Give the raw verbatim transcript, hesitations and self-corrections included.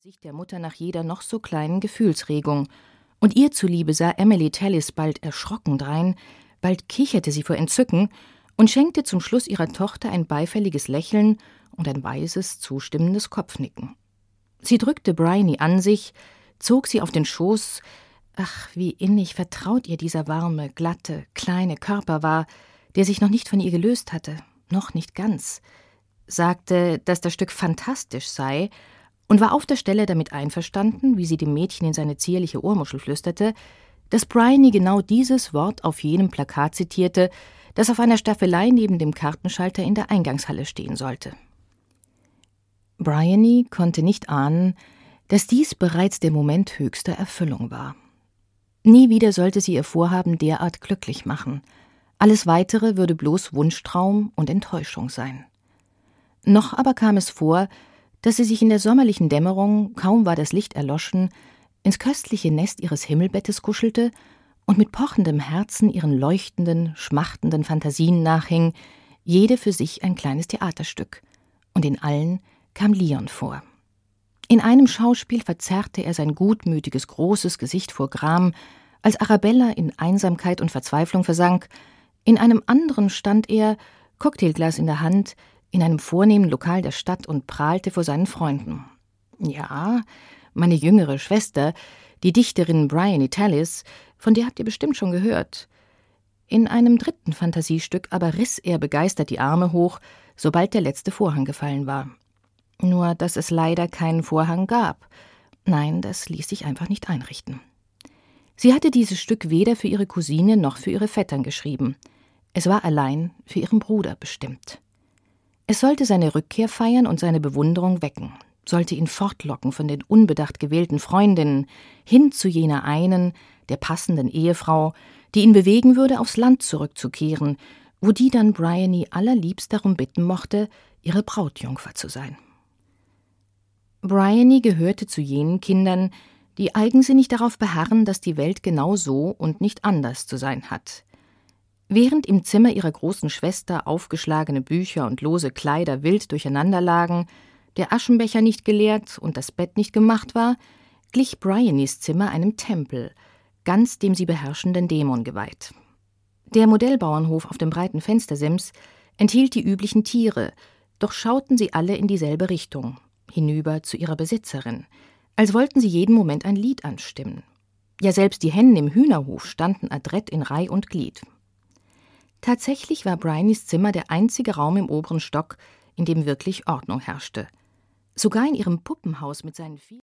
sich der Mutter nach jeder noch so kleinen Gefühlsregung, und ihr zuliebe sah Emily Tallis bald erschrocken drein, bald kicherte sie vor Entzücken und schenkte zum Schluss ihrer Tochter ein beifälliges Lächeln und ein weises, zustimmendes Kopfnicken. Sie drückte Bryony an sich, zog sie auf den Schoß. Ach, wie innig vertraut ihr dieser warme, glatte, kleine Körper war, der sich noch nicht von ihr gelöst hatte, noch nicht ganz, sagte, dass das Stück fantastisch sei und war auf der Stelle damit einverstanden, wie sie dem Mädchen in seine zierliche Ohrmuschel flüsterte, dass Bryony genau dieses Wort auf jenem Plakat zitierte, das auf einer Staffelei neben dem Kartenschalter in der Eingangshalle stehen sollte. Bryony konnte nicht ahnen, dass dies bereits der Moment höchster Erfüllung war. Nie wieder sollte sie ihr Vorhaben derart glücklich machen. Alles Weitere würde bloß Wunschtraum und Enttäuschung sein. Noch aber kam es vor, dass sie sich in der sommerlichen Dämmerung, kaum war das Licht erloschen, ins köstliche Nest ihres Himmelbettes kuschelte und mit pochendem Herzen ihren leuchtenden, schmachtenden Phantasien nachhing, jede für sich ein kleines Theaterstück, und in allen kam Leon vor. In einem Schauspiel verzerrte er sein gutmütiges, großes Gesicht vor Gram, als Arabella in Einsamkeit und Verzweiflung versank, in einem anderen stand er, Cocktailglas in der Hand, in einem vornehmen Lokal der Stadt und prahlte vor seinen Freunden. Ja, meine jüngere Schwester, die Dichterin Bryony Tallis, von der habt ihr bestimmt schon gehört. In einem dritten Fantasiestück aber riss er begeistert die Arme hoch, sobald der letzte Vorhang gefallen war. Nur, dass es leider keinen Vorhang gab. Nein, das ließ sich einfach nicht einrichten. Sie hatte dieses Stück weder für ihre Cousine noch für ihre Vettern geschrieben. Es war allein für ihren Bruder bestimmt. Es sollte seine Rückkehr feiern und seine Bewunderung wecken, sollte ihn fortlocken von den unbedacht gewählten Freundinnen hin zu jener einen, der passenden Ehefrau, die ihn bewegen würde, aufs Land zurückzukehren, wo die dann Bryony allerliebst darum bitten mochte, ihre Brautjungfer zu sein. Bryony gehörte zu jenen Kindern, die eigensinnig darauf beharren, dass die Welt genau so und nicht anders zu sein hat. Während im Zimmer ihrer großen Schwester aufgeschlagene Bücher und lose Kleider wild durcheinander lagen, der Aschenbecher nicht geleert und das Bett nicht gemacht war, glich Bryonys Zimmer einem Tempel, ganz dem sie beherrschenden Dämon geweiht. Der Modellbauernhof auf dem breiten Fenstersims enthielt die üblichen Tiere, doch schauten sie alle in dieselbe Richtung, hinüber zu ihrer Besitzerin, als wollten sie jeden Moment ein Lied anstimmen. Ja, selbst die Hennen im Hühnerhof standen adrett in Reih und Glied. Tatsächlich war Bryonys Zimmer der einzige Raum im oberen Stock, in dem wirklich Ordnung herrschte. Sogar in ihrem Puppenhaus mit seinen vielen